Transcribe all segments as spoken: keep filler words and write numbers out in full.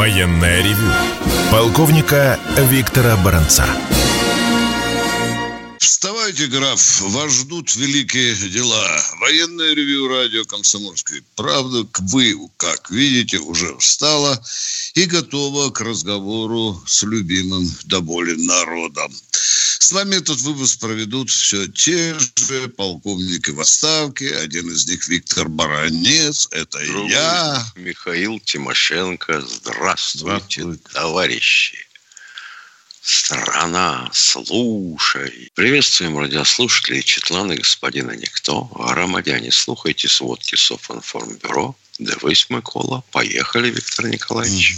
Военное ревю полковника Виктора Баранца. Вставайте, граф, вас ждут великие дела. Военное ревью радио «Комсомольской правды». Вы, как видите, уже встала и готова к разговору с любимым до боли народом. С вами этот выпуск проведут все те же полковники в отставке. Один из них Виктор Баранец. Это Другой я. Михаил Тимошенко. Здравствуйте, Здравствуйте, товарищи. Страна, слушай. Приветствуем радиослушателей Четлана господина Никто. Громадяне, слухайте сводки Софинформбюро. Дивись, Микола. Поехали, Виктор Николаевич.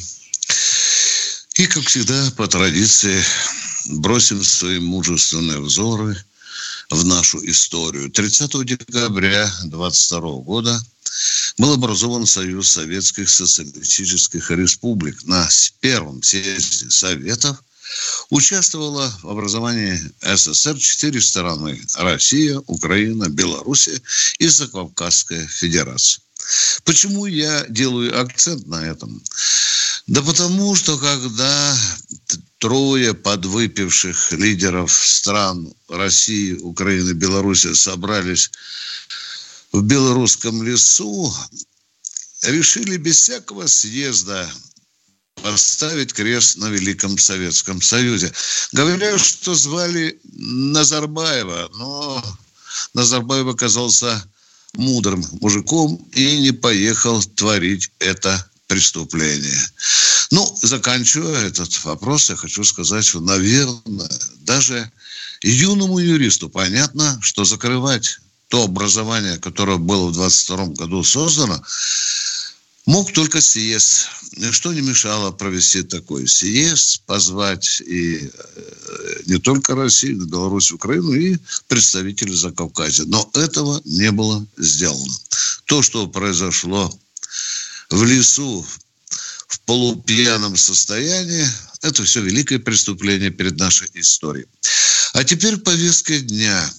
И, как всегда, по традиции, бросим свои мужественные взоры в нашу историю. тридцатого декабря двадцать второго года был образован Союз Советских Социалистических Республик. На первом съезде Советов участвовало в образовании СССР четыре страны: Россия, Украина, Белоруссия и Закавказская Федерация. Почему я делаю акцент на этом? Да потому что когда трое подвыпивших лидеров стран России, Украины, Белоруссии собрались в белорусском лесу, решили без всякого съезда поставить крест на Великом Советском Союзе. Говорят, что звали Назарбаева, но Назарбаев оказался мудрым мужиком и не поехал творить это преступление. Ну, заканчивая этот вопрос, я хочу сказать, что, наверное, даже юному юристу понятно, что закрывать то образование, которое было в двадцать втором году создано, мог только съезд. Что не мешало провести такой съезд, позвать и э, не только Россию, но и Беларусь, Украину и представителей Закавказья. Но этого не было сделано. То, что произошло в лесу в полупьяном состоянии, это все великое преступление перед нашей историей. А теперь повестка дня.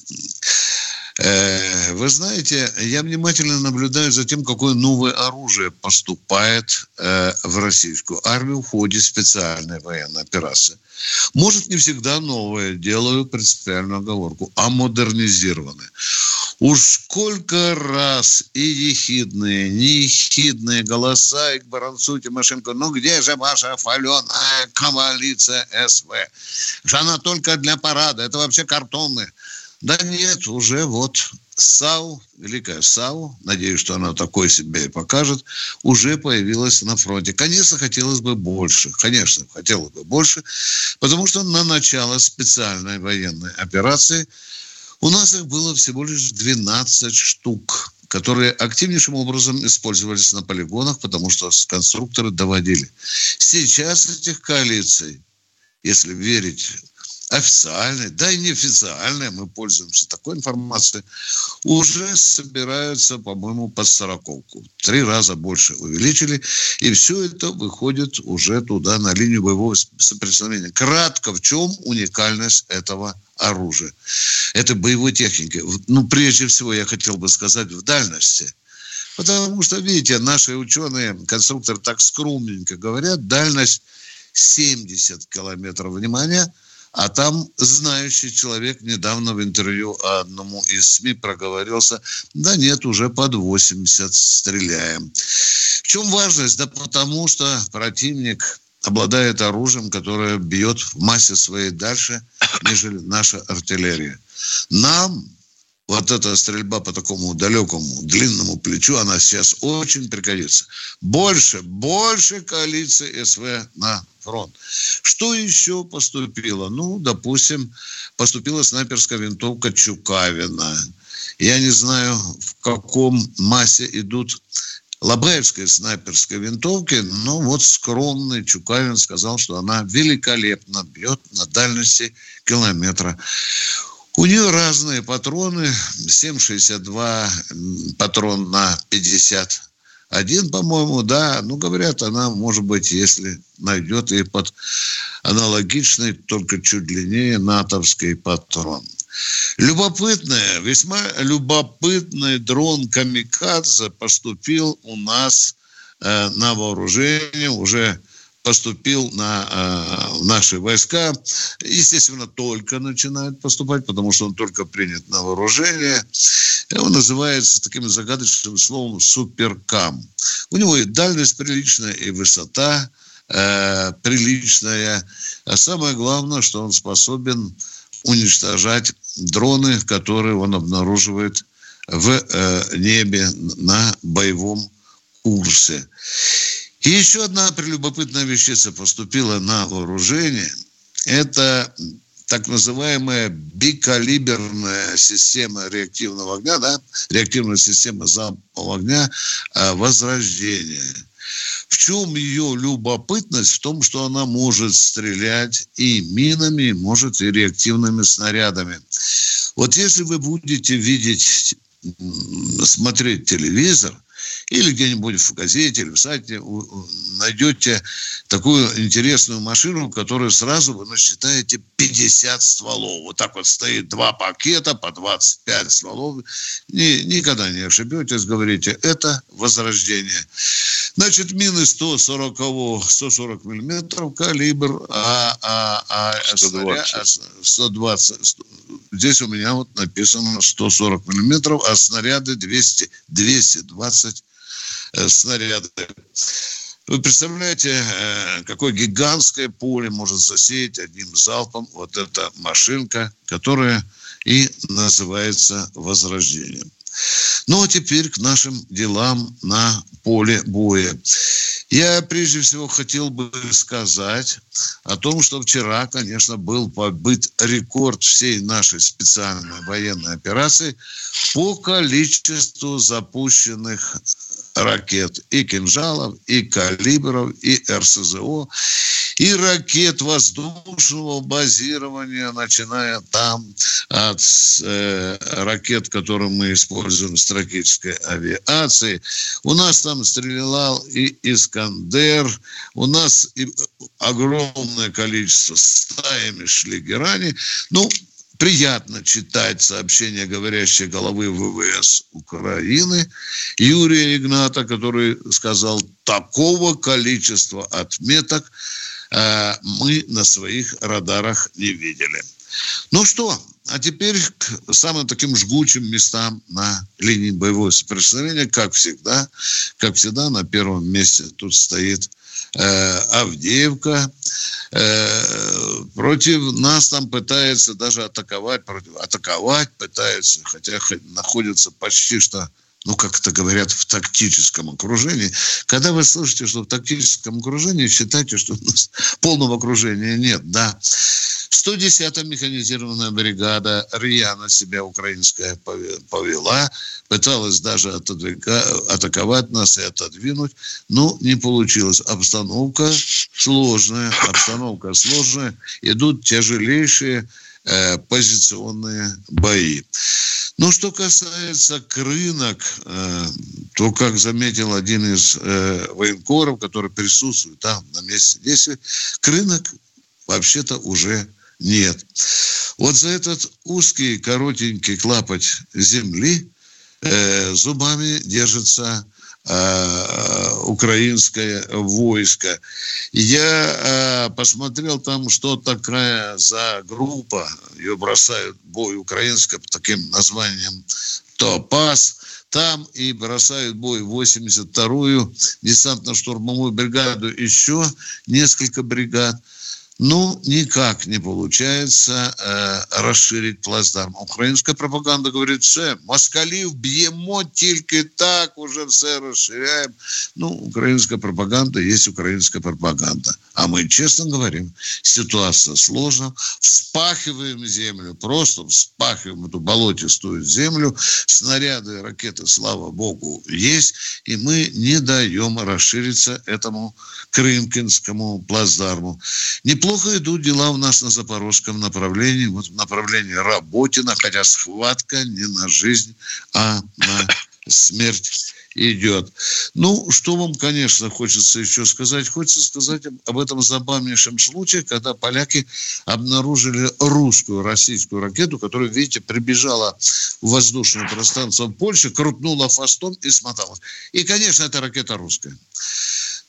Вы знаете, я внимательно наблюдаю за тем, какое новое оружие поступает в российскую армию в ходе специальной военной операции. Может, не всегда новое, делаю принципиальную оговорку, а модернизированное. Уж сколько раз и ехидные, неехидные голоса и к Баранцу, Тимошенко: ну где же ваша хваленая коалиция СВ? Что она только для парада, это вообще картонные. Да нет, уже вот САУ, великая САУ, надеюсь, что она такой себе и покажет, уже появилась на фронте. Конечно, хотелось бы больше, конечно, хотелось бы больше, потому что на начало специальной военной операции у нас их было всего лишь двенадцать штук, которые активнейшим образом использовались на полигонах, потому что конструкторы доводили. Сейчас этих коалиций, если верить официальной, да и неофициальной, мы пользуемся такой информацией, уже собираются, по-моему, под сороковку. Три раза больше увеличили, и все это выходит уже туда, на линию боевого соприкосновения. Кратко, в чем уникальность этого оружия? Это боевой техники. Ну, прежде всего, я хотел бы сказать, в дальности. Потому что, видите, наши ученые, конструкторы так скромненько говорят, дальность семьдесят километров, внимания. А там знающий человек недавно в интервью одному из СМИ проговорился: да нет, уже под восемьдесят стреляем. В чем важность? Да потому что противник обладает оружием, которое бьет в массе своей дальше, нежели наша артиллерия. Нам вот эта стрельба по такому далекому, длинному плечу, она сейчас очень пригодится. Больше, больше коалиции СВ на фронт. Что еще поступило? Ну, допустим, поступила снайперская винтовка Чукавина. Я не знаю, в каком массе идут лобаевские снайперские винтовки, но вот скромный Чукавин сказал, что она великолепно бьет на дальности километра. У нее разные патроны, семь шестьдесят два патрон на пятьдесят один, по-моему, да. Ну, говорят, она, может быть, если найдет и под аналогичный, только чуть длиннее, натовский патрон. Любопытный, весьма любопытный дрон «Камикадзе» поступил у нас э, на вооружение уже поступил на э, наши войска. Естественно, только начинает поступать, потому что он только принят на вооружение. Он называется таким загадочным словом «суперкам». У него и дальность приличная, и высота э, приличная. А самое главное, что он способен уничтожать дроны, которые он обнаруживает в э, небе на боевом курсе. И еще одна прелюбопытная вещица поступила на вооружение. Это так называемая бикалиберная система реактивного огня, да, реактивная система залпового огня э, «Возрождение». В чем ее любопытность? В том, что она может стрелять и минами, может и реактивными снарядами. Вот если вы будете видеть, смотреть телевизор, или где-нибудь в газете, или в сайте найдете такую интересную машину, в которой сразу вы насчитаете пятьдесят стволов. Вот так вот стоит два пакета по двадцать пять стволов. Ни, никогда не ошибетесь, говорите, это «Возрождение». Значит, мины сто сорок миллиметров калибр, а, а, а сто двадцать. сто двадцать. Здесь у меня вот написано сто сорок миллиметров, а снаряды двести, двести двадцать снаряды. Вы представляете, какое гигантское поле может засеять одним залпом вот эта машинка, которая и называется «Возрождением». Ну, а теперь к нашим делам на поле боя. Я прежде всего хотел бы сказать о том, что вчера, конечно, был побит рекорд всей нашей специальной военной операции по количеству запущенных ракет и кинжалов, и калибров, и эр эс зэ о, и ракет воздушного базирования, начиная там от э, ракет, которые мы используем в стратегической авиации. У нас там стрелял и «Искандер», у нас и огромное количество стаями шли герани. Ну, приятно читать сообщения говорящей головы вэ вэ эс Украины Юрия Игната, который сказал, такого количества отметок э, мы на своих радарах не видели. Ну что, а теперь к самым таким жгучим местам на линии боевого соприкосновения, как всегда, как всегда на первом месте тут стоит э, Авдеевка. Э, против нас там пытается даже атаковать, против, атаковать пытаются, хотя находятся почти что, ну, как это говорят, в тактическом окружении. Когда вы слышите, что в тактическом окружении, считайте, что у нас полного окружения нет, да. сто десятая механизированная бригада рьяно себя украинская повела, пыталась даже атаковать нас и отодвинуть, но не получилось. Обстановка сложная, обстановка сложная, идут тяжелейшие э, позиционные бои. Но что касается крынок, э, то, как заметил один из э, военкоров, который присутствует там на месте действия, крынок вообще-то уже нет. Вот за этот узкий, коротенький клапоть земли э, зубами держится э, украинское войско. Я э, посмотрел там, что такая за группа. Ее бросают в бой украинская под таким названием «Топаз». Там и бросают в бой восемьдесят вторую десантно-штурмовую бригаду, еще несколько бригад. Ну, никак не получается э, расширить плацдарм. Українська пропаганда говорить, все, москалів б'ємо тільки так, уже все розширяємо. Ну, украинская пропаганда есть украинская пропаганда. А мы честно говорим, ситуация сложна. Вспахиваем землю, просто вспахиваем эту болотистую землю. Снаряды, ракеты, слава богу, есть. И мы не даем расшириться этому крымкинскому плацдарму. Неплохо идут дела у нас на запорожском направлении, вот в направлении Работина, хотя схватка не на жизнь, а на смерть идет. Ну, что вам, конечно, хочется еще сказать? Хочется сказать об этом забавнейшем случае, когда поляки обнаружили русскую, российскую ракету, которая, видите, прибежала в воздушное пространство Польши, крутнула фастом и смоталась. И, конечно, эта ракета русская.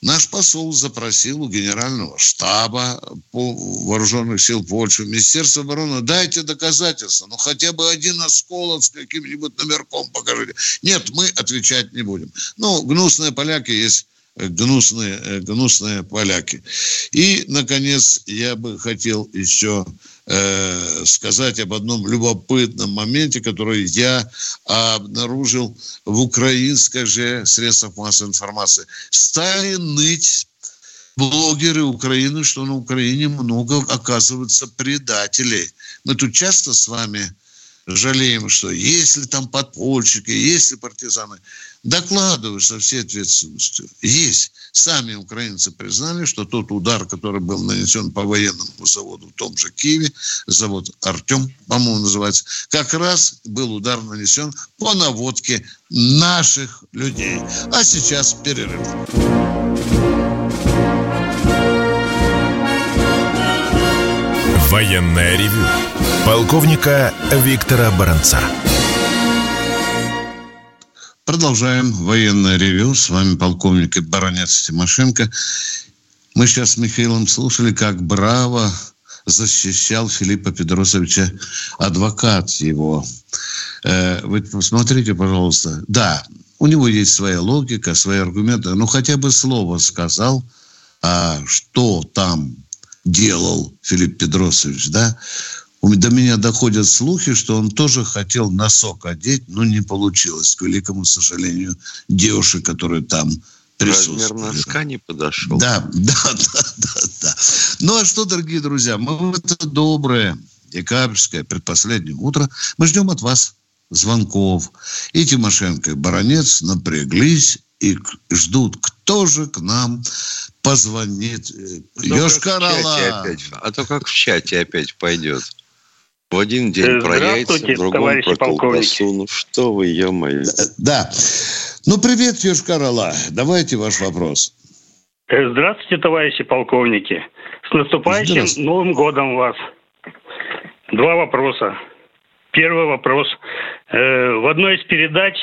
Наш посол запросил у генерального штаба вооруженных сил Польши, Министерства обороны, дайте доказательства, ну хотя бы один осколок с каким-нибудь номерком покажите. Нет, мы отвечать не будем. Ну, гнусные поляки есть гнусные, гнусные поляки. И, наконец, я бы хотел еще э, сказать об одном любопытном моменте, который я обнаружил в украинских же средствах массовой информации. Стали ныть блогеры Украины, что на Украине много, оказывается, предателей. Мы тут часто с вами жалеем, что если там подпольщики, если партизаны, докладываю со всей ответственностью. Есть. Сами украинцы признали, что тот удар, который был нанесен по военному заводу в том же Киеве, завод «Артем», по-моему, называется, как раз был удар нанесен по наводке наших людей. А сейчас перерыв. Военное ревю полковника Виктора Баранца. Продолжаем военное ревю. С вами полковник и баронец Тимошенко. Мы сейчас с Михаилом слушали, как браво защищал Филиппа Педросовича адвокат его. Вы посмотрите, пожалуйста. Да, у него есть своя логика, свои аргументы. Ну, хотя бы слово сказал, а что там делал Филипп Педросович, да? До меня доходят слухи, что он тоже хотел носок одеть, но не получилось, к великому сожалению, девушек, которые там присутствовали. Размер носка не подошел. Да, да, да, да, да. Ну, а что, дорогие друзья, мы в это доброе декабрьское предпоследнее утро, мы ждем от вас звонков. И Тимошенко, и Баранец напряглись и ждут, кто же к нам позвонит. Йошкар-Ола. А то как в чате опять пойдет. В один день про яйца, в другом про колбасу. Ну что вы, ё-моё. Да. Ну, привет, Йошкар-Ола. Давайте ваш вопрос. Здравствуйте, товарищи полковники. С наступающим Новым годом вас. Два вопроса. Первый вопрос. В одной из передач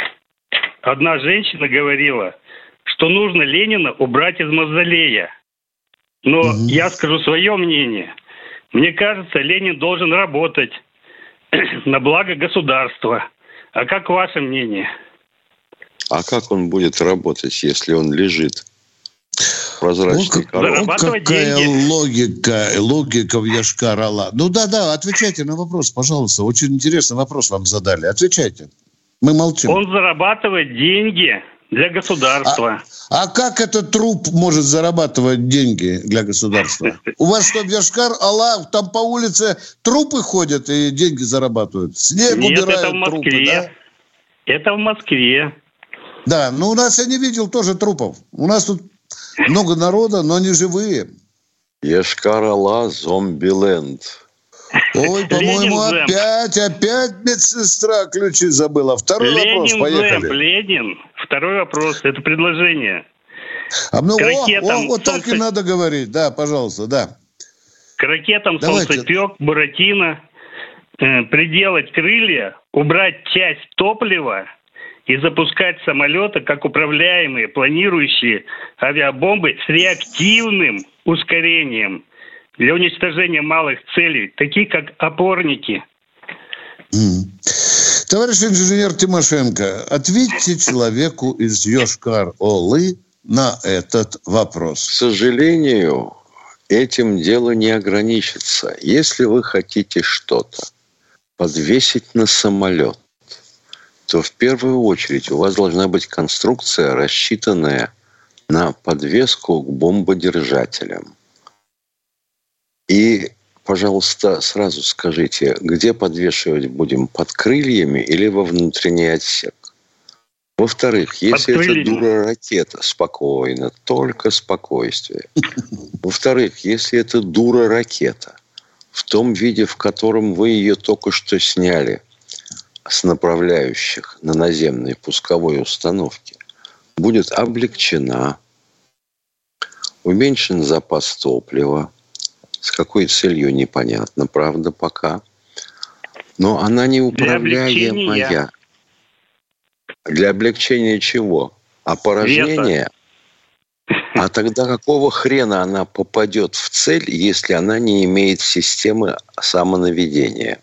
одна женщина говорила, что нужно Ленина убрать из мавзолея. Но угу. я скажу свое мнение. Мне кажется, Ленин должен работать на благо государства. А как ваше мнение? А как он будет работать, если он лежит? Прозрачный ну, зарабатывать какая деньги. логика, логика в Йошкар-Ола. Ну да-да, отвечайте на вопрос, пожалуйста. Очень интересный вопрос вам задали. Отвечайте. Мы молчим. Он зарабатывает деньги для государства. А, а как этот труп может зарабатывать деньги для государства? У вас что, в Йошкар-Ола, там по улице трупы ходят и деньги зарабатывают? Снег Нет, убирают это в Москве. Трупы, да? Это в Москве. Да, но у нас я не видел тоже трупов. У нас тут много народа, но не живые. Йошкар-Ола, зомби-ленд. Ой, по-моему, опять, опять медсестра ключи забыла. Второй Ленин вопрос, поехали. Зэмп, Ленин. Второй вопрос, это предложение. А, ну, о, о, вот так солнце... и надо говорить, да, пожалуйста, да. К ракетам Давайте. Солнцепек, Буратино э, приделать крылья, убрать часть топлива и запускать самолеты как управляемые, планирующие авиабомбы с реактивным ускорением для уничтожения малых целей, такие как опорники. Mm. Товарищ инженер Тимошенко, ответьте человеку из Йошкар-Олы на этот вопрос. К сожалению, этим дело не ограничится. Если вы хотите что-то подвесить на самолет, то в первую очередь у вас должна быть конструкция, рассчитанная на подвеску к бомбодержателям. И, пожалуйста, сразу скажите, где подвешивать будем, под крыльями или во внутренний отсек? Во-вторых, если это дура-ракета, спокойно, только спокойствие. Во-вторых, если это дура-ракета, в том виде, в котором вы ее только что сняли с направляющих на наземной пусковой установке, будет облегчена, уменьшен запас топлива. С какой целью, непонятно, правда, пока. Но она неуправляемая. Для, Для облегчения чего? Опорожнения? А тогда какого хрена она попадет в цель, если она не имеет системы самонаведения?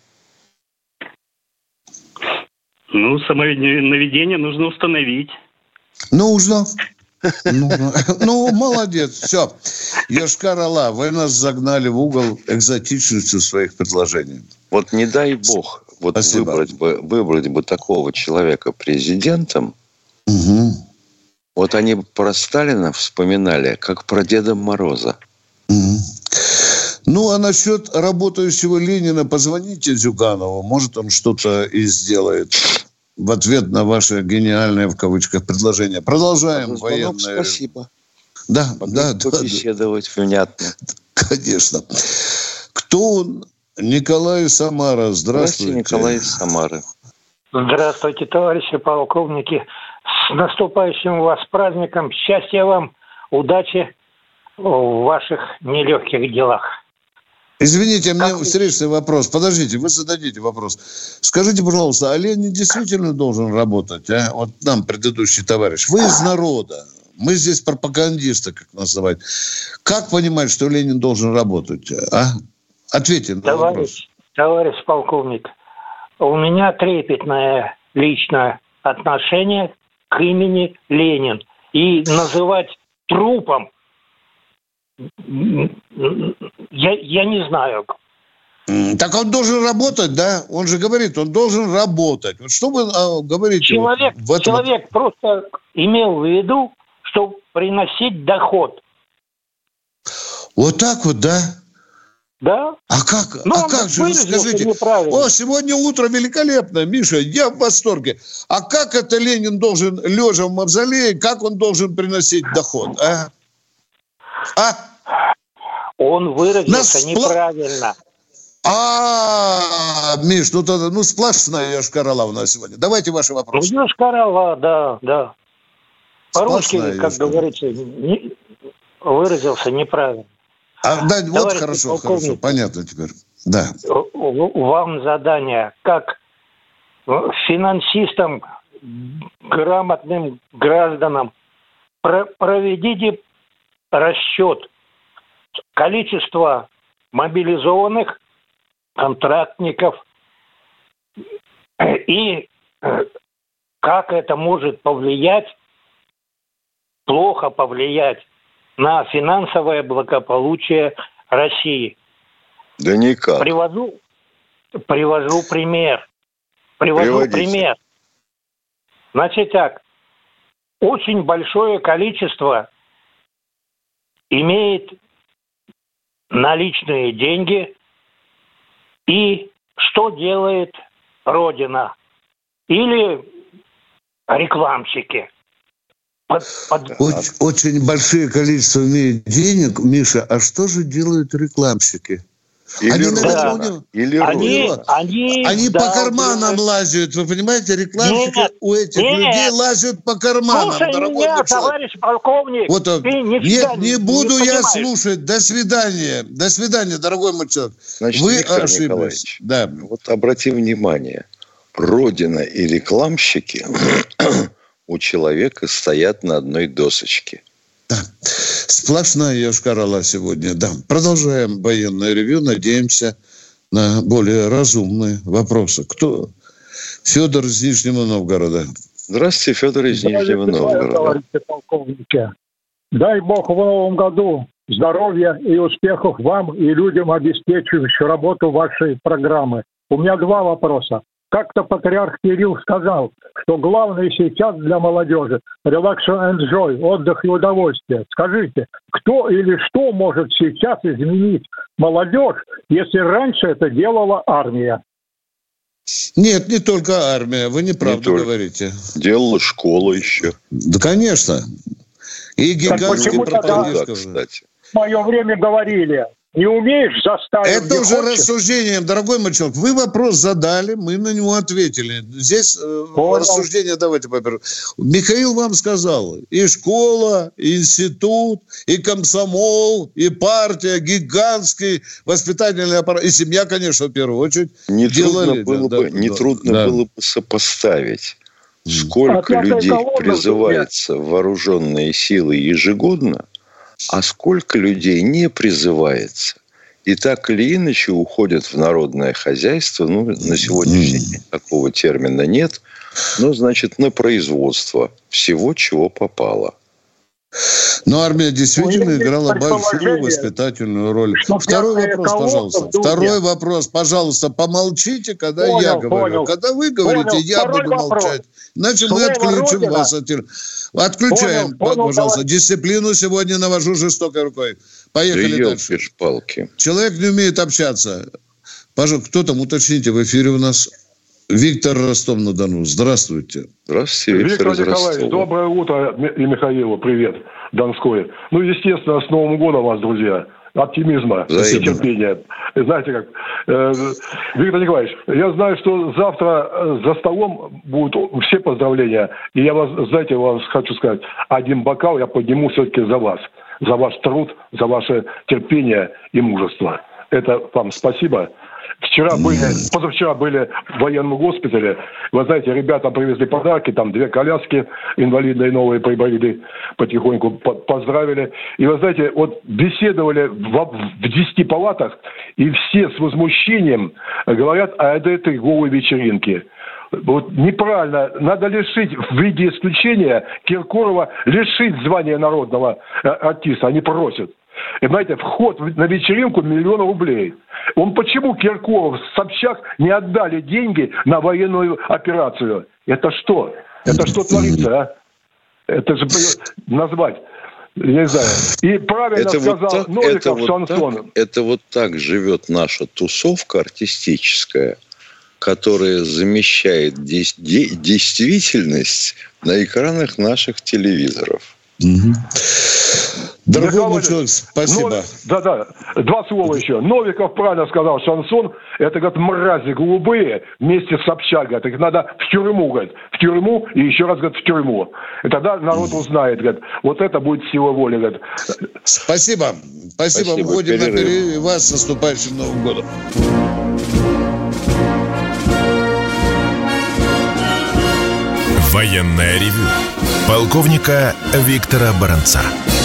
Ну, самонаведение нужно установить. Нужно. Нужно. Ну, молодец. Все. Йошкар-Ола, вы нас загнали в угол экзотичностью своих предложений. Вот не дай бог, вот выбрать бы, выбрать бы такого человека президентом. Угу. Вот они про Сталина вспоминали, как про Деда Мороза. Угу. Ну, а насчет работающего Ленина позвоните Зюганову. Может, он что-то и сделает в ответ на ваше гениальное, в кавычках, предложение. Продолжаем военное. Спасибо. Да, да, да. Побеседовать да. внятно. Конечно. Кто он? Николай Самара. Здравствуйте. Здравствуйте, Николай Самары. Здравствуйте, товарищи полковники. С наступающим вас праздником. Счастья вам, удачи в ваших нелегких делах. Извините, у меня как встречный вопрос. Подождите, вы зададите вопрос. Скажите, пожалуйста, а Ленин действительно должен работать? А? Вот нам, предыдущий товарищ. Вы из народа. Мы здесь пропагандисты, как называть. Как понимать, что Ленин должен работать? А? Ответьте на товарищ, вопрос. Товарищ полковник, у меня трепетное личное отношение к имени Ленин. И называть трупом Я, я не знаю. Так он должен работать, да? Он же говорит, он должен работать. Вот что вы а, говорите? Человек, в этом... человек просто имел в виду, чтобы приносить доход. Вот так вот, да? Да. А как, Но а как же, вы скажите? О, сегодня утро великолепно, Миша, я в восторге. А как это Ленин должен, лежа в мавзолее, как он должен приносить доход, а? А? Он выразился Нас неправильно. А, Миш, ну тогда, ну сплошная Йошкар-Ола у нас сегодня. Давайте ваши вопросы. Ну, Йошкар-Ола, да, да. По-русски, Сплошная как Йошкар-Ола. говорится, не, выразился неправильно. А, да, вот Товарищ хорошо, полковник, хорошо, понятно теперь. Да. Вам задание, как финансистам, грамотным гражданам, проведите расчет количества мобилизованных контрактников и как это может повлиять, плохо повлиять на финансовое благополучие России. Да никак. Привожу, привожу пример. Привожу Приводите. пример. Значит так, очень большое количество имеет наличные деньги, и что делает Родина? Или рекламщики? Под, под... Очень, очень большое количество имеет денег, Миша, а что же делают рекламщики? Или они, Родина, наверное, или они, Родина. они, они да, по карманам да. лазят, вы понимаете? Рекламщики Нет, у этих нет. людей лазят по карманам. Слушай меня, товарищ полковник. Вот, ты не нет, не буду не я понимаешь. слушать. До свидания. До свидания, дорогой мой человек. Значит, вы Виктор ошиблись. Николаевич, Да. вот обрати внимание, Родина и рекламщики у человека стоят на одной досочке. Да. Сплошная Йошкар-Ола сегодня. Да. Продолжаем военное ревью. Надеемся на более разумные вопросы. Кто? Федор из Нижнего Новгорода. Здравствуйте, Федор из Нижнего Новгорода. Товарищи полковники. Дай Бог в новом году здоровья и успехов вам и людям, обеспечивающим работу вашей программы. У меня два вопроса. Как-то патриарх Кирилл сказал, что главное сейчас для молодежи – relax and enjoy, отдых и удовольствие. Скажите, кто или что может сейчас изменить молодежь, если раньше это делала армия? Нет, не только армия. Вы неправду Не говорите. Делала школа еще. Да, конечно. И гигантский почему тогда- пропагандистский. кстати. В мое время говорили, не умеешь заставить, Это не уже хочешь. рассуждение, дорогой мой человек. Вы вопрос задали, мы на него ответили. Здесь э, Понял. рассуждение давайте поперед. Михаил вам сказал, и школа, и институт, и комсомол, и партия, гигантский воспитательный аппарат, и семья, конечно, в первую очередь. Нетрудно делали, было да, бы, да, нетрудно да. было бы сопоставить, сколько А пятая людей колонна, призывается в вооруженные силы ежегодно, А сколько людей не призывается и так или иначе уходят в народное хозяйство. Ну, на сегодняшний день такого термина нет. Но, значит, на производство всего, чего попало. Но армия действительно ну, играла большую воспитательную роль. Второй вопрос, пожалуйста. Второй вопрос, пожалуйста, помолчите, когда понял, я говорю. Понял. Когда вы говорите, понял. я Второй буду вопрос. молчать. Иначе Слово мы отключим Родина. вас. От... Отключаем, понял, понял, пожалуйста. Давай. Дисциплину сегодня навожу жестокой рукой. Поехали да дальше. Палки. Человек не умеет общаться. Пожалуйста, кто там, уточните, в эфире у нас... Виктор, Ростов-на-Дону. Здравствуйте. Здравствуйте, Виктор, Виктор Николаевич. Доброе утро. И Михаилу привет. Донской. Ну, естественно, с Новым годом вас, друзья. Оптимизма и терпения. Знаете как? Э, Виктор Николаевич, я знаю, что завтра за столом будут все поздравления. И я вас, знаете, вас хочу сказать, один бокал я подниму все-таки за вас. За ваш труд, за ваше терпение и мужество. Это вам спасибо. Вчера были, позавчера были в военном госпитале. Вы знаете, ребята привезли подарки, там две коляски инвалидные новые приборили, потихоньку поздравили. И вы знаете, вот беседовали в, в десяти палатах, и все с возмущением говорят о этой голой вечеринке. Вот неправильно. Надо лишить, в виде исключения, Киркорова лишить звания народного артиста. Они просят. И, знаете, вход на вечеринку миллион рублей. Он почему Киркоров, Собчак не отдали деньги на военную операцию? Это что? Это что творится, а? Это же назвать, не знаю. И правильно это сказал вот так, Новиков, это вот Шансон. Так, это вот так живет наша тусовка артистическая, которая замещает дес- де- действительность на экранах наших телевизоров. Угу. Дорогой мой человек, спасибо. Но, да-да, два слова еще. Новиков правильно сказал, Шансон, это, говорит, мрази голубые вместе с Собчак, говорит, их надо в тюрьму, говорит, в тюрьму и еще раз, говорит, в тюрьму. И тогда народ узнает, говорит, вот это будет сила воли, говорит. Спасибо. Спасибо. Спасибо. Вводим на перерыв. Вас с наступающим Новым годом. Военное ревю полковника Виктора Баранца.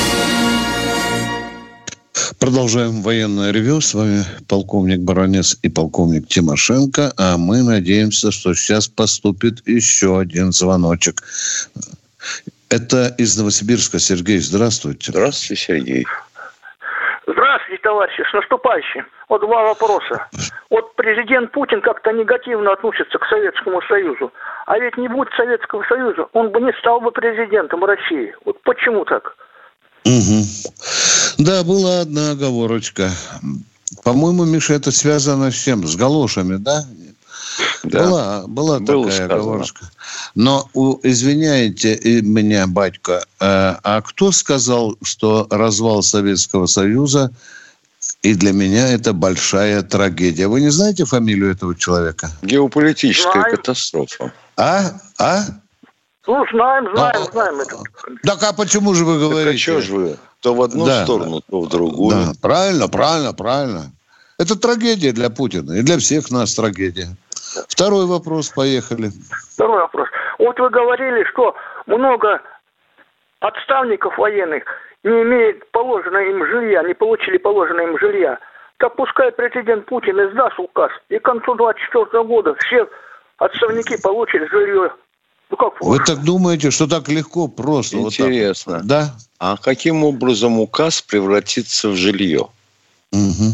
Продолжаем военное ревю. С вами полковник Баранец и полковник Тимошенко. А мы надеемся, что сейчас поступит еще один звоночек. Это из Новосибирска. Сергей, здравствуйте. Здравствуйте, Сергей. Здравствуйте, товарищи. С наступающим. Вот два вопроса. Вот президент Путин как-то негативно относится к Советскому Союзу. А ведь не будет Советского Союза, он бы не стал бы президентом России. Вот почему так? Угу. Да, была одна оговорочка. По-моему, Миша, это связано с чем? С галошами, да? Да. Была, была Было такая сказано. оговорочка. Но, извиняйте меня, батька, а кто сказал, что развал Советского Союза, и для меня это большая трагедия? Вы не знаете фамилию этого человека? Геополитическая знаем. катастрофа. А? А? Ну, знаем, знаем, а, знаем это. Так а почему же вы говорите? Так, а что же вы? То в одну да. сторону, то в другую. Да, правильно, правильно, правильно. Это трагедия для Путина и для всех нас трагедия. Второй вопрос, поехали. Второй вопрос. Вот вы говорили, что много отставников военных не имеют положенное им жилья, не получили положенное им жилья. Так пускай президент Путин издаст указ, и к концу двадцать четвёртого года все отставники получат жилье. Ну, как вы так думаете, что так легко, просто? Интересно. Вот так? Да? А каким образом указ превратится в жилье? Угу.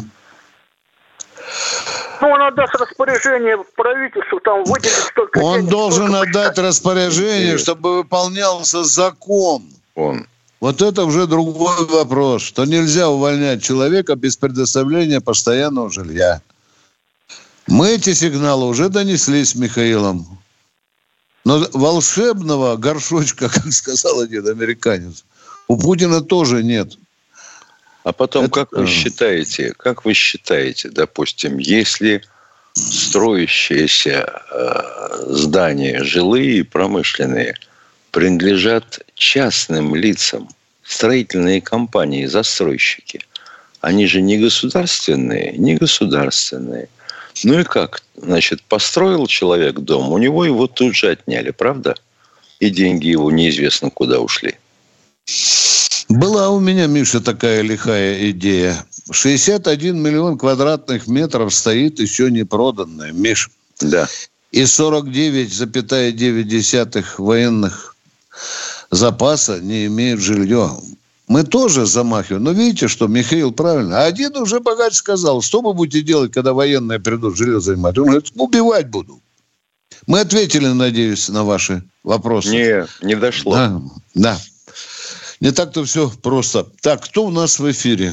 Ну, он отдаст распоряжение правительству, там выделить столько Он денег, должен столько отдать посчитать. распоряжение, Интересно. чтобы выполнялся закон. Он. Вот это уже другой вопрос, что нельзя увольнять человека без предоставления постоянного жилья. Мы эти сигналы уже донесли с Михаилом. Но волшебного горшочка, как сказал один американец, у Путина тоже нет. А потом, Это... как вы считаете, как вы считаете, допустим, если строящиеся э, здания, жилые и промышленные, принадлежат частным лицам, строительные компании, застройщики, они же не государственные, не государственные. Ну и как? Значит, построил человек дом, у него его тут же отняли, правда? И деньги его неизвестно куда ушли. Была у меня, Миша, такая лихая идея. шестьдесят один миллион квадратных метров стоит еще не проданная, Миш. Да. И сорок девять целых девять десятых военных запаса не имеют жилья. Мы тоже замахиваем. Но видите, что Михаил правильно. Один уже богач сказал, что вы будете делать, когда военные придут жилье занимать? Он говорит, убивать буду. Мы ответили, надеюсь, на ваши вопросы. Не, не дошло. Да, да. Не так-то все просто. Так, кто у нас в эфире?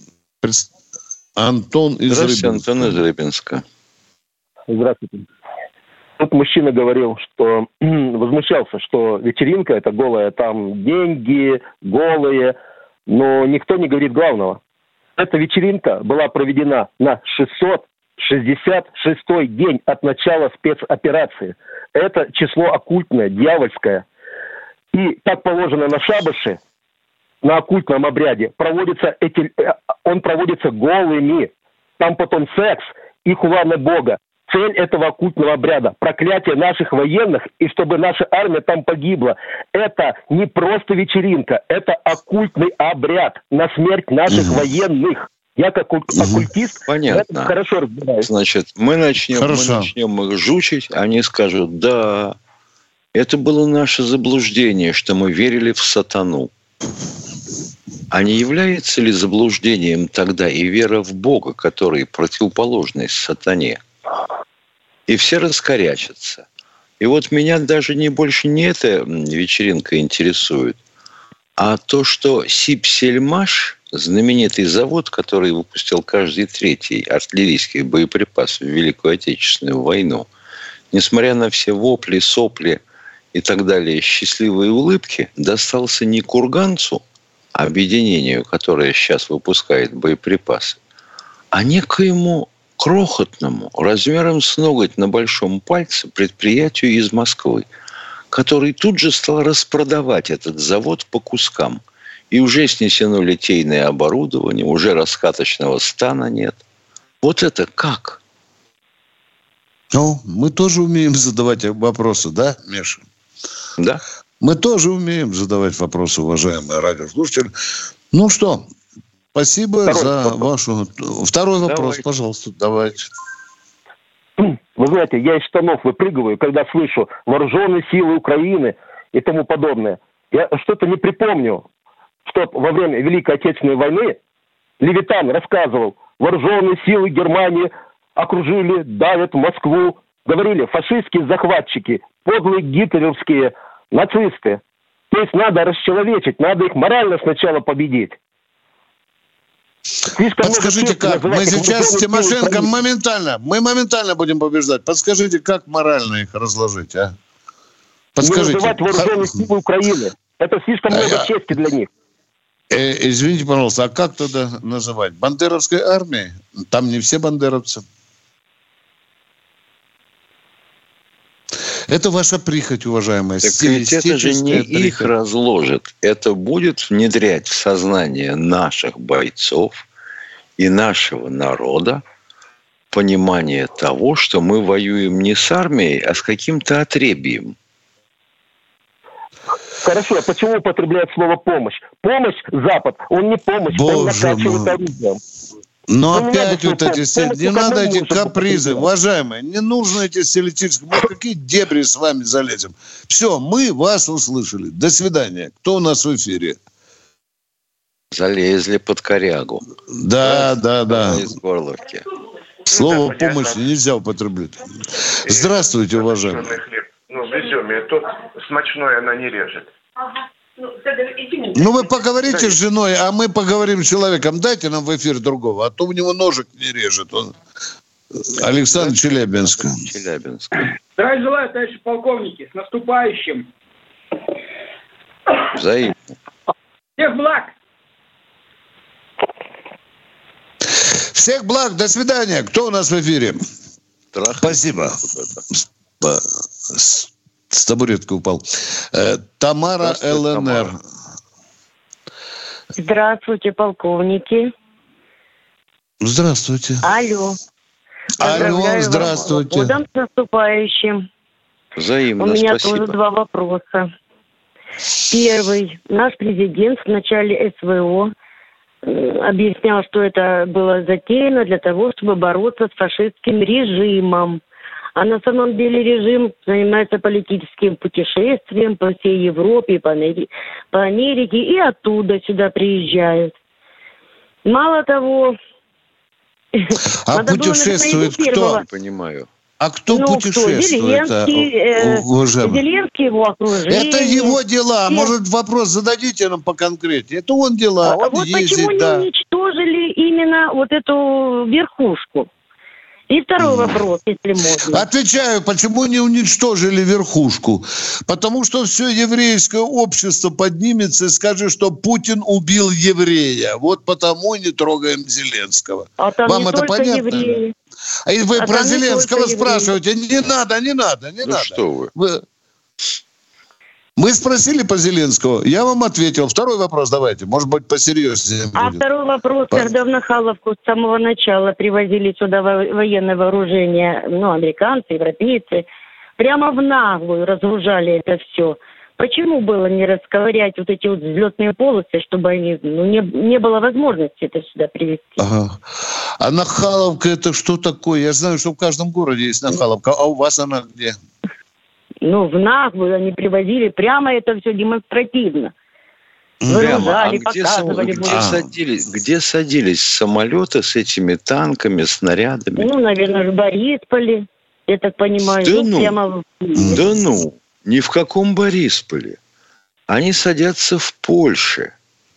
Антон из Здравствуйте, Рыбинска. Антон из Рыбинска. Здравствуйте. Тут мужчина говорил, что возмущался, что вечеринка это голая, там деньги, голые, но никто не говорит главного. Эта вечеринка была проведена на шестьсот шестьдесят шестой день от начала спецоперации. Это число оккультное, дьявольское. И, как положено на шабаше, на оккультном обряде, проводится эти, он проводится голыми. Там потом секс и хула на Бога. Цель этого оккультного обряда – проклятие наших военных, и чтобы наша армия там погибла. Это не просто вечеринка, это оккультный обряд на смерть наших угу. военных. Я как оккультист Понятно. хорошо разбираюсь. Значит, мы начнем, мы начнем их жучить, они скажут, да, это было наше заблуждение, что мы верили в сатану. А не является ли заблуждением тогда и вера в Бога, который противоположный сатане? И все раскорячатся. И вот меня даже не больше не эта вечеринка интересует, а то, что Сибсельмаш, знаменитый завод, который выпустил каждый третий артиллерийский боеприпас в Великую Отечественную войну, несмотря на все вопли, сопли и так далее, счастливые улыбки, достался не курганцу, объединению, которое сейчас выпускает боеприпасы, а некоему крохотному, размером с ноготь на большом пальце, предприятию из Москвы, который тут же стал распродавать этот завод по кускам. И уже снесено литейное оборудование, уже раскаточного стана нет. Вот это как? Ну, мы тоже умеем задавать вопросы, да, Миша? Да. Мы тоже умеем задавать вопросы, уважаемые радиослушатели. Ну что, спасибо Второй за вопрос. вашу... Второй вопрос, давайте. пожалуйста, давайте. Вы знаете, я из штанов выпрыгиваю, когда слышу вооруженные силы Украины и тому подобное. Я что-то не припомню, что во время Великой Отечественной войны Левитан рассказывал, вооруженные силы Германии окружили, давят Москву. Говорили, фашистские захватчики, подлые гитлеровские нацисты. То есть надо расчеловечить, надо их морально сначала победить. Слишком Подскажите, как? Мы сейчас с Тимошенко моментально, мы моментально будем побеждать. Подскажите, как морально их разложить, а? Подскажите. Не называть вооруженные силы Украины. Это слишком много а, чести для них. Э, извините, пожалуйста, а как тогда называть? Бандеровской армией? Там не все бандеровцы. Это ваша прихоть, уважаемая. Так ведь это же не прихоть. Их разложит. Это будет внедрять в сознание наших бойцов и нашего народа понимание того, что мы воюем не с армией, а с каким-то отребием. Хорошо, а почему употребляют слово «помощь»? Помощь, Запад, он не помощь, Боже он накачивает оружием. Но ну, опять вот эти... Помощь, не надо эти капризы, уважаемые. Не нужно эти стилистические... Мы какие дебри с вами залезем. Все, мы вас услышали. До свидания. Кто у нас в эфире? Залезли под корягу. Да, да, да. Из горловки. Слово «помощь» нельзя употреблять. Здравствуйте, уважаемые. Ну, в изюме. Тут смачной она не режет. Ну, вы поговорите с женой, а мы поговорим с человеком. Дайте нам в эфир другого, а то у него ножик не режет. Он... Александр Челябинск. Челябинск. Здравия желаю, товарищи полковники. С наступающим. Взаимно. Всех благ. Всех благ. До свидания. Кто у нас в эфире? Трах. Спасибо. С табуретки упал. Э, Тамара ЛНР. Тамара. Здравствуйте, полковники. Здравствуйте. Алло. Алло, здравствуйте. Годом с наступающим. Взаимно, У меня спасибо. тоже два вопроса. Первый. Наш президент в начале СВО объяснял, что это было затеяно для того, чтобы бороться с фашистским режимом. А на самом деле режим занимается политическим путешествием по всей Европе, по Америке, по Америке и оттуда сюда приезжают. Мало того... А путешествует кто? Не понимаю. А кто ну, путешествует? Кто? Зеленский, э, Зеленский, его окружение. Это его дела. Все. Может, вопрос зададите нам поконкретнее. Это он дела, он вот ездит, почему да. не уничтожили именно вот эту верхушку? И второй вопрос, если можно. Отвечаю, почему не уничтожили верхушку? Потому что все еврейское общество поднимется и скажет, что Путин убил еврея. Вот потому и не трогаем Зеленского. А там Вам не это понятно? Евреи. А вы а про Зеленского спрашиваете? Евреи. Не надо, не надо, не ну надо. Что вы? вы... Мы спросили по Зеленского, я вам ответил. Второй вопрос давайте, может быть, посерьезнее будет. А второй вопрос, по... когда в Нахаловку с самого начала привозили сюда военное вооружение, ну, американцы, европейцы, прямо в наглую разгружали это все. Почему было не расковырять вот эти вот взлетные полосы, чтобы они, ну, не, не было возможности это сюда привезти? Ага. А Нахаловка это что такое? Я знаю, что в каждом городе есть Нахаловка, а у вас она где? Ну, в наглую они привозили, прямо это все демонстративно. Прямо, а где, где, садились, где садились самолеты с этими танками, снарядами? Ну, наверное, в Борисполе, я так понимаю. Да ну, прямо в... да ну, ни в каком Борисполе. Они садятся в Польше.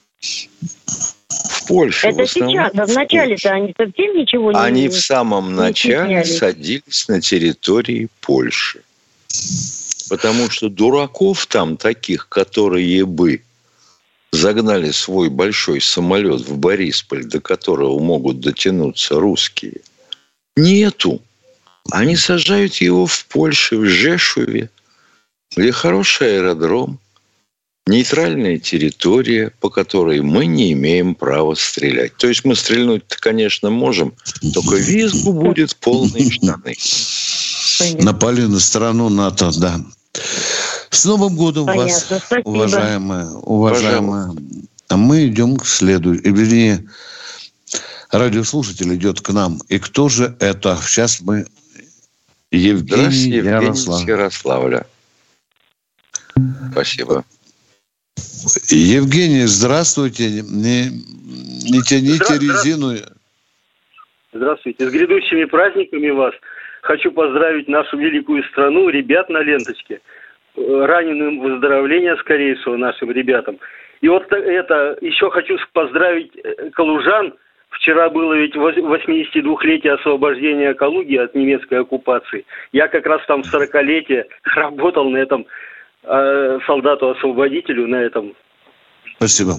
В Польше. Это в сейчас, а в начале-то они совсем ничего не... Они в самом начале садились на территории Польши. Потому что дураков там таких, которые бы загнали свой большой самолет в Борисполь, до которого могут дотянуться русские, нету. Они сажают его в Польше, в Жешуве, где хороший аэродром, нейтральная территория, по которой мы не имеем права стрелять. То есть мы стрельнуть-то, конечно, можем, только визгу будет полные штаны. Напали на страну НАТО, да. С Новым годом Понятно, вас, спасибо. уважаемые, уважаемые. А мы идем к следующему. Вернее, радиослушатель идет к нам. И кто же это? Сейчас мы... Евгений, Евгений Ярослав. Ярославля. Спасибо. Евгений, здравствуйте. Не, не тяните Здра- резину. Здравствуйте. С грядущими праздниками вас. Хочу поздравить нашу великую страну, ребят на ленточке. Раненым выздоровления скорейшего нашим ребятам. И вот это, еще хочу поздравить калужан. Вчера было ведь восьмидесятидвухлетие освобождения Калуги от немецкой оккупации. Я как раз там в сорокалетие работал на этом э, солдату-освободителю, на этом. Спасибо.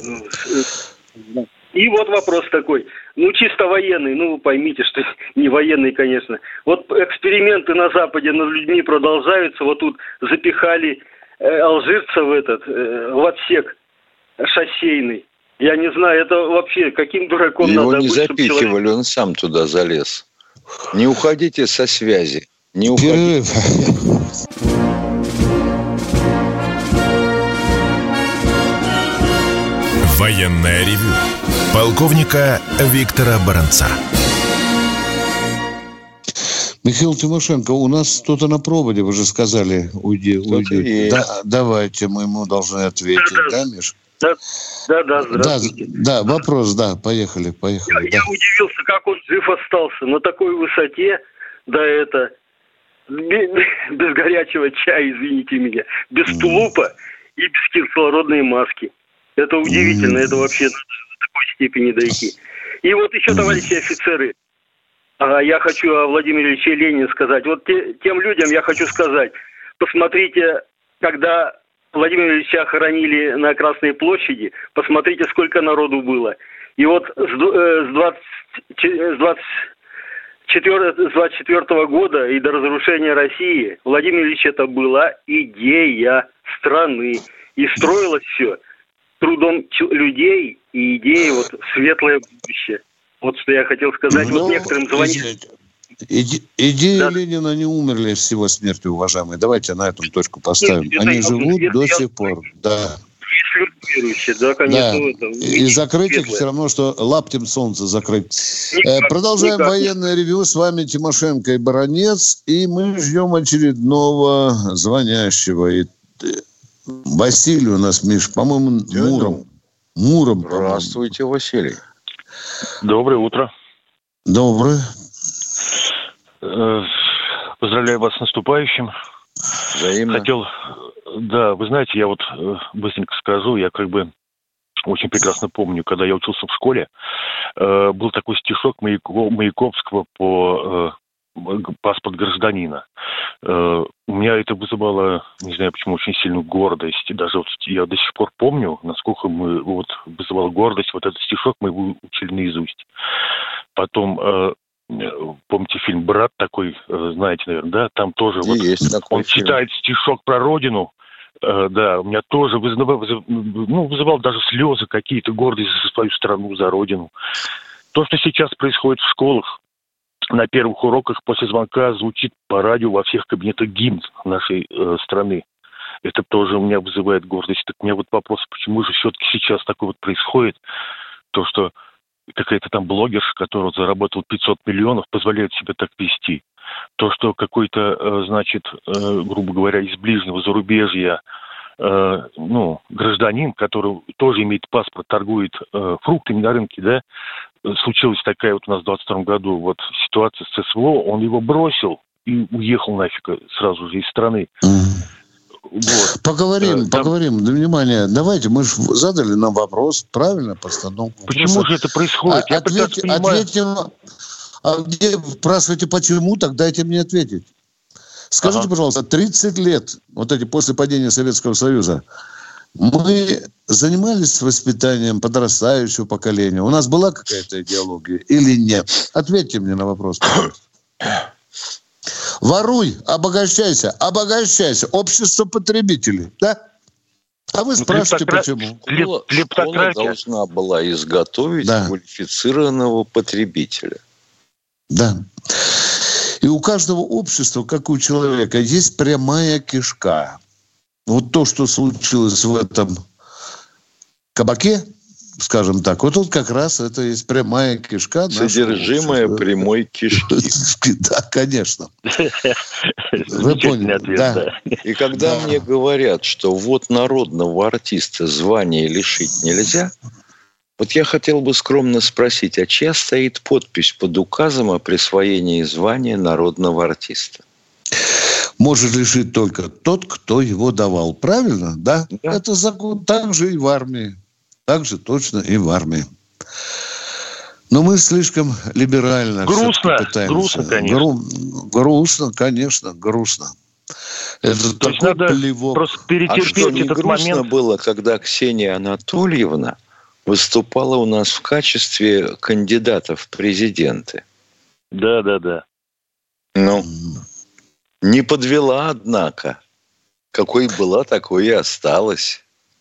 И вот вопрос такой. Ну, чисто военный, ну, вы поймите, что не военный, конечно. Вот эксперименты на Западе над людьми продолжаются. Вот тут запихали э, алжирца в этот, э, в отсек шоссейный. Я не знаю, это вообще каким дураком Его надо быть. Его не запихивали, человек... он сам туда залез. Не уходите со связи. Не уходите. Военное ревю полковника Виктора Баранца. Михаил Тимошенко, у нас кто-то на проводе, вы же сказали, уйди, уйди. Да, давайте, мы ему должны ответить, да, да Миш? Да, да, да, здравствуйте. Да, да, вопрос, да, поехали, поехали. Я, да. я удивился, как он жив остался на такой высоте, да это, без, без горячего чая, извините меня, без mm. тулупа и без кислородной маски. Это удивительно, mm. это вообще надо до такой степени дойти. И вот еще, товарищи офицеры, а я хочу о Владимире Ильиче Ленине сказать. Вот те, тем людям я хочу сказать, посмотрите, когда Владимира Ильича хоронили на Красной площади, посмотрите, сколько народу было. И вот с двадцать четвёртого года и до разрушения России Владимир Ильич это была идея страны. И строилось все трудом людей и идеей вот светлое будущее. Вот что я хотел сказать. Ну, вот некоторым звонить. Иде- идеи Да. Ленина не умерли с его смертью, уважаемые. Давайте на этом точку поставим. Нет, Они это живут я- до я- сих пор. Да. Верующие, да, конечно. Да. в этом. И закрыть их Светлое. все равно, что лаптем солнца закрыть. Никак, Э, Продолжаем никак. военное ревью. С вами Тимошенко и Баранец. И мы ждем очередного звонящего. И, э, Василий у нас, Миш, по-моему, Муром. Муром. по-моему. Здравствуйте, Василий. Доброе утро. Доброе. Э, Поздравляю вас с наступающим. Взаимно. Хотел, да, вы знаете, я вот э, быстренько скажу, я как бы очень прекрасно помню, когда я учился в школе, э, был такой стишок Маяко- Маяковского по э, г- «Паспорт гражданина». Э, у меня это вызывало, не знаю почему, очень сильную гордость. И даже вот я до сих пор помню, насколько мы, вот, вызывала гордость вот этот стишок, мы его учили наизусть. Потом... Э, помните фильм «Брат» такой, знаете, наверное, да? Там тоже вот Есть такой он фильм. читает стишок про родину. Э, да, у меня тоже вызывал, вызыв- ну, вызывал даже слезы какие-то, гордость за свою страну, за родину. То, что сейчас происходит в школах, на первых уроках после звонка звучит по радио во всех кабинетах гимн нашей э, страны. Это тоже у меня вызывает гордость. Так у меня вот вопрос, почему же все-таки сейчас такое вот происходит? То, что какая-то там блогерша, которая заработала пятьсот миллионов, позволяет себе так вести. То, что какой-то, э, значит, э, грубо говоря, из ближнего зарубежья, э, ну, гражданин, который тоже имеет паспорт, торгует э, фруктами на рынке, да, случилась такая вот у нас в двадцать втором году вот ситуация с СВО, он его бросил и уехал нафиг сразу же из страны. Вот. Поговорим, Э, там- поговорим. Да, внимание, давайте, мы же задали нам вопрос, правильно, постановку. Почему вопроса. же это происходит? А- Я прекрасно ответь- понимаю. ответьте, а где, спрашиваете, почему, так дайте мне ответить. Скажите, Ага. пожалуйста, тридцать лет, вот эти после падения Советского Союза, мы занимались воспитанием подрастающего поколения? У нас была какая-то идеология или нет? Ответьте мне на вопрос, пожалуйста. Воруй, обогащайся, обогащайся. Общество потребителей, да? А вы спрашиваете, клептокра- почему? Школа, школа должна была изготовить Да. квалифицированного потребителя. Да. И у каждого общества, как у человека, есть прямая кишка. Вот то, что случилось в этом кабаке, скажем так, вот тут как раз это есть прямая кишка. нашего Содержимое общества. прямой кишки. Да, конечно. Вы Замечательный поняли, ответ, да. да. И когда мне говорят, что вот народного артиста звания лишить нельзя, вот я хотел бы скромно спросить, а чья стоит подпись под указом о присвоении звания народного артиста? Может лишить только тот, кто его давал. Правильно? Да? Да. Это закон. Так же и в армии. Так же точно и в армии. Но мы слишком либерально Грустно, всё-таки пытаемся. грустно, конечно. Гру- грустно, конечно, грустно. Это То есть такой надо плевок. просто А перетерпеть что, не этот грустно момент. было, когда Ксения Анатольевна выступала у нас в качестве кандидата в президенты? Да, да, да. Ну, не подвела, однако. Какой была, такой и осталась.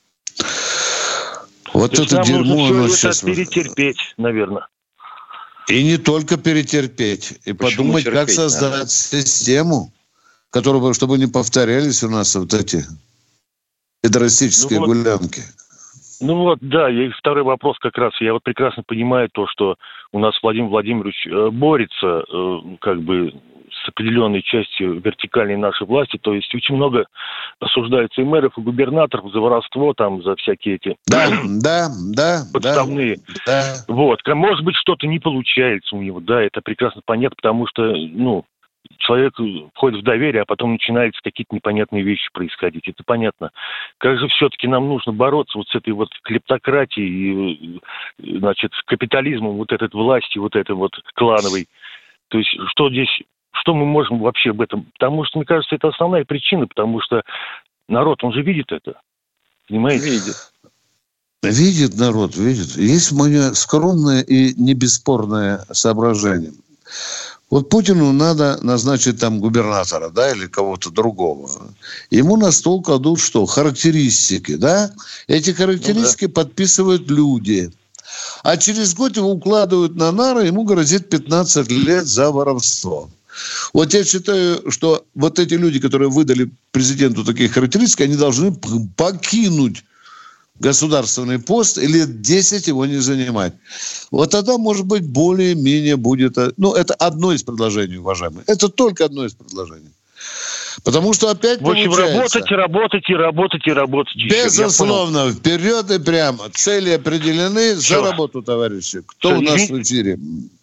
Вот То есть это нам дерьмо, нужно оно все сейчас... это перетерпеть, наверное. И не только перетерпеть. И Почему подумать, как терпеть создать надо? систему, которая, бы- чтобы не повторялись у нас вот эти педерастические Ну вот. гулянки. Ну вот, да, и второй вопрос как раз. Я вот прекрасно понимаю то, что у нас Владимир Владимирович э, борется э, как бы с определенной частью вертикальной нашей власти. То есть очень много осуждается и мэров, и губернаторов за воровство, там, за всякие эти Да, да, да, подставные. да. Вот. Может быть, что-то не получается у него, да, это прекрасно понятно, потому что, ну, человек входит в доверие, а потом начинаются какие-то непонятные вещи происходить. Это понятно. Как же все-таки нам нужно бороться вот с этой вот клептократией, и, значит, с капитализмом вот этой власти, вот этой вот клановой. То есть что здесь, что мы можем вообще об этом? Потому что, мне кажется, это основная причина, потому что народ, он же видит это. Понимаете? Видит. Видит народ, видит. Есть мое скромное и не бесспорное соображение. Вот Путину надо назначить там губернатора, да, или кого-то другого. Ему на стол кладут что? Характеристики, да? Эти характеристики ну, да. подписывают люди. А через год его укладывают на нары, ему грозит пятнадцать лет за воровство. Вот я считаю, что вот эти люди, которые выдали президенту такие характеристики, они должны покинуть государственный пост и лет десять его не занимать. Вот тогда, может быть, более-менее будет... Ну, это одно из предложений, уважаемые. Это только одно из предложений. Потому что опять в общем, получается... работать, работать и работать и работать. Безусловно, вперед и прямо. Цели определены. Все. За работу, товарищи. Кто Все, у нас в эфире?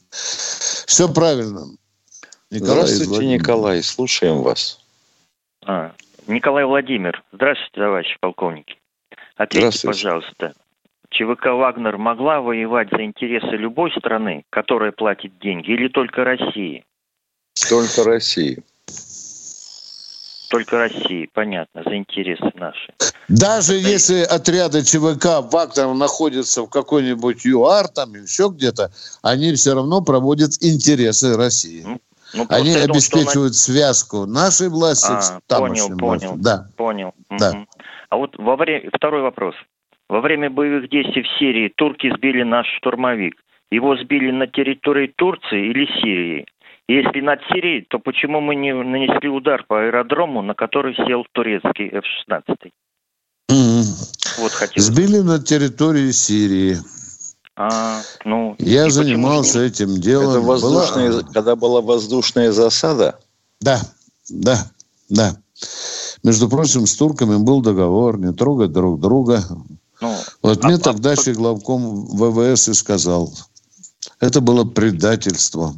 Все правильно. Николай, здравствуйте, Николай. Слушаем вас. А, Николай Владимир. Здравствуйте, товарищи полковники. Ответьте, пожалуйста. ЧВК «Вагнер» могла воевать за интересы любой страны, которая платит деньги, или только России? Только России. Только России, понятно, за интересы наши. Даже Это... если отряды ЧВК «Вагнер» находятся в какой-нибудь ЮАР, там еще где-то, они все равно проводят интересы России. Ну, ну, они обеспечивают думал, она... связку нашей власти а, с тамошней властью. Понял, да. понял. Да. Угу. А вот во время... второй вопрос. Во время боевых действий в Сирии турки сбили наш штурмовик. Его сбили на территории Турции или Сирии? Если над Сирией, то почему мы не нанесли удар по аэродрому, на который сел турецкий эф шестнадцать? Mm-hmm. Вот хотелось... Сбили на территории Сирии. А, ну, Я занимался этим делом. Это воздушная, была... когда была воздушная засада? Да, да, да. Между прочим, с турками был договор не трогать друг друга. Ну, вот а, мне а, тогдашний а... главком ВВС и сказал, это было предательство.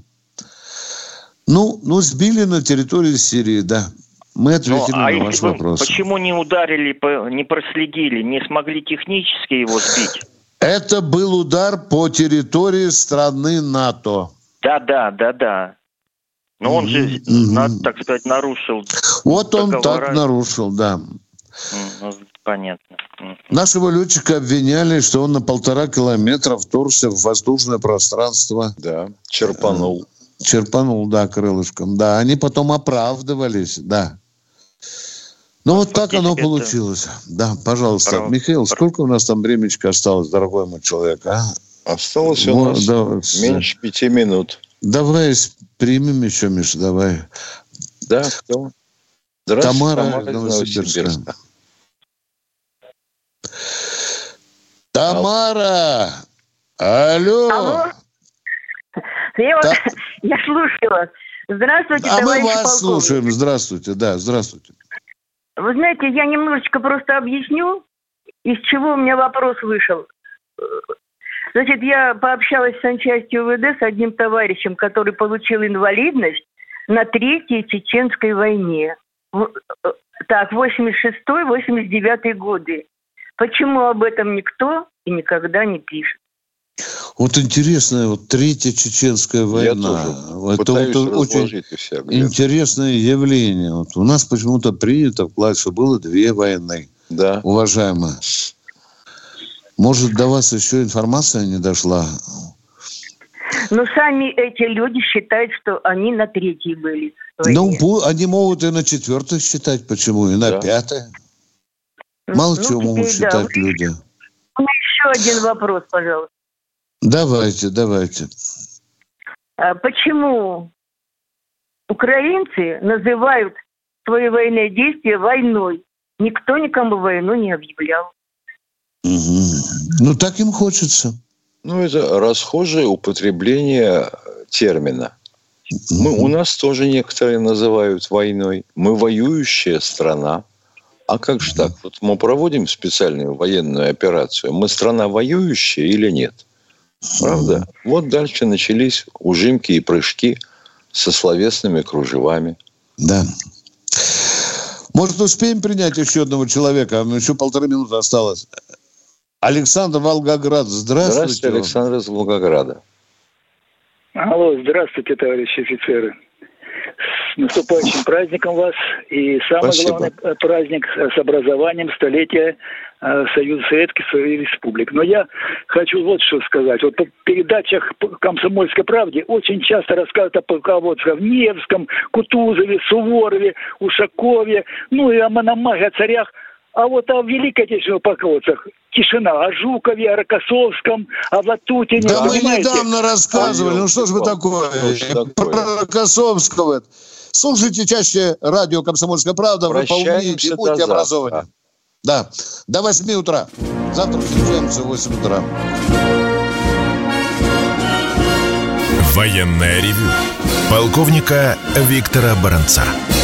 Ну, ну, сбили на территории Сирии, да. Мы ответили ну, а на ваш вопрос. Почему не ударили, не проследили, не смогли технически его сбить? Это был удар по территории страны НАТО. Да, да, да, да. Но он же, mm-hmm. так сказать, нарушил. Вот он договора. Так нарушил, да. Ну, понятно. Нашего летчика обвиняли, что он на полтора километра вторгся в воздушное пространство. Да, черпанул. Черпанул, да, крылышком. Да, они потом оправдывались, да. Ну, вот так оно это... получилось. Да, пожалуйста. Право. Михаил, сколько у нас там времечко осталось, дорогой мой человек, а? Осталось у нас да, меньше пяти минут. Давай примем еще, Миша, давай. Да, кто? Здравствуйте, Тамара, Тамара Новосибирска. Тамара! Алло! Алло! Я, да. я слушаю вас. Здравствуйте, а товарищ мы вас полковник. Слушаем. Здравствуйте, да, здравствуйте. Вы знаете, я немножечко просто объясню, из чего у меня вопрос вышел. Значит, я пообщалась с санчастью УВД с одним товарищем, который получил инвалидность на Третьей Чеченской войне. Так, восемьдесят шестой восемьдесят девятый годы. Почему об этом никто и никогда не пишет? Вот интересная вот Третья Чеченская война. Это вот очень себя, интересное явление. Вот у нас почему-то принято вкладывать, что было две войны. Да. Уважаемые. Может, до вас еще информация не дошла? Но сами эти люди считают, что они на третьей были. Ну, они могут и на четвертой считать. Почему? И на да. пятой. Мало ну, чего могут считать да. люди. У меня еще один вопрос, пожалуйста. Давайте, давайте. А почему украинцы называют свои военные действия войной? Никто никому войну не объявлял. Угу. Ну, так им хочется. Ну, это расхожее употребление термина. Угу. Мы, у нас тоже некоторые называют войной. Мы воюющая страна. А как же так? Вот мы проводим специальную военную операцию. Мы страна воюющая или нет? Правда? Вот дальше начались ужимки и прыжки со словесными кружевами. Да. Может, успеем принять еще одного человека? Еще полторы минуты осталось. Александр, Волгоград. Здравствуйте. Здравствуйте, Александр из Волгограда. Алло, здравствуйте, товарищи офицеры. С наступающим праздником вас. И самый Спасибо. главный праздник с образованием столетия Союза Советских Республик. Но я хочу вот что сказать. Вот в передачах «Комсомольской правде» очень часто рассказывают о полководцах Невском, Кутузове, Суворове, Ушакове, ну и о Мономахе, о царях. А вот о Великой Отечественной полководцах тишина. О Жукове, о Рокоссовском, о Ватутине. Да мы понимаете? недавно рассказывали. Ну что ж вы такое? Про Рокоссовского. Слушайте чаще радио «Комсомольская правда». Вы поумнеете, будьте образованы. Да, до восьми утра. Завтра встречаемся в восемь утра. Военное ревю полковника Виктора Баранца.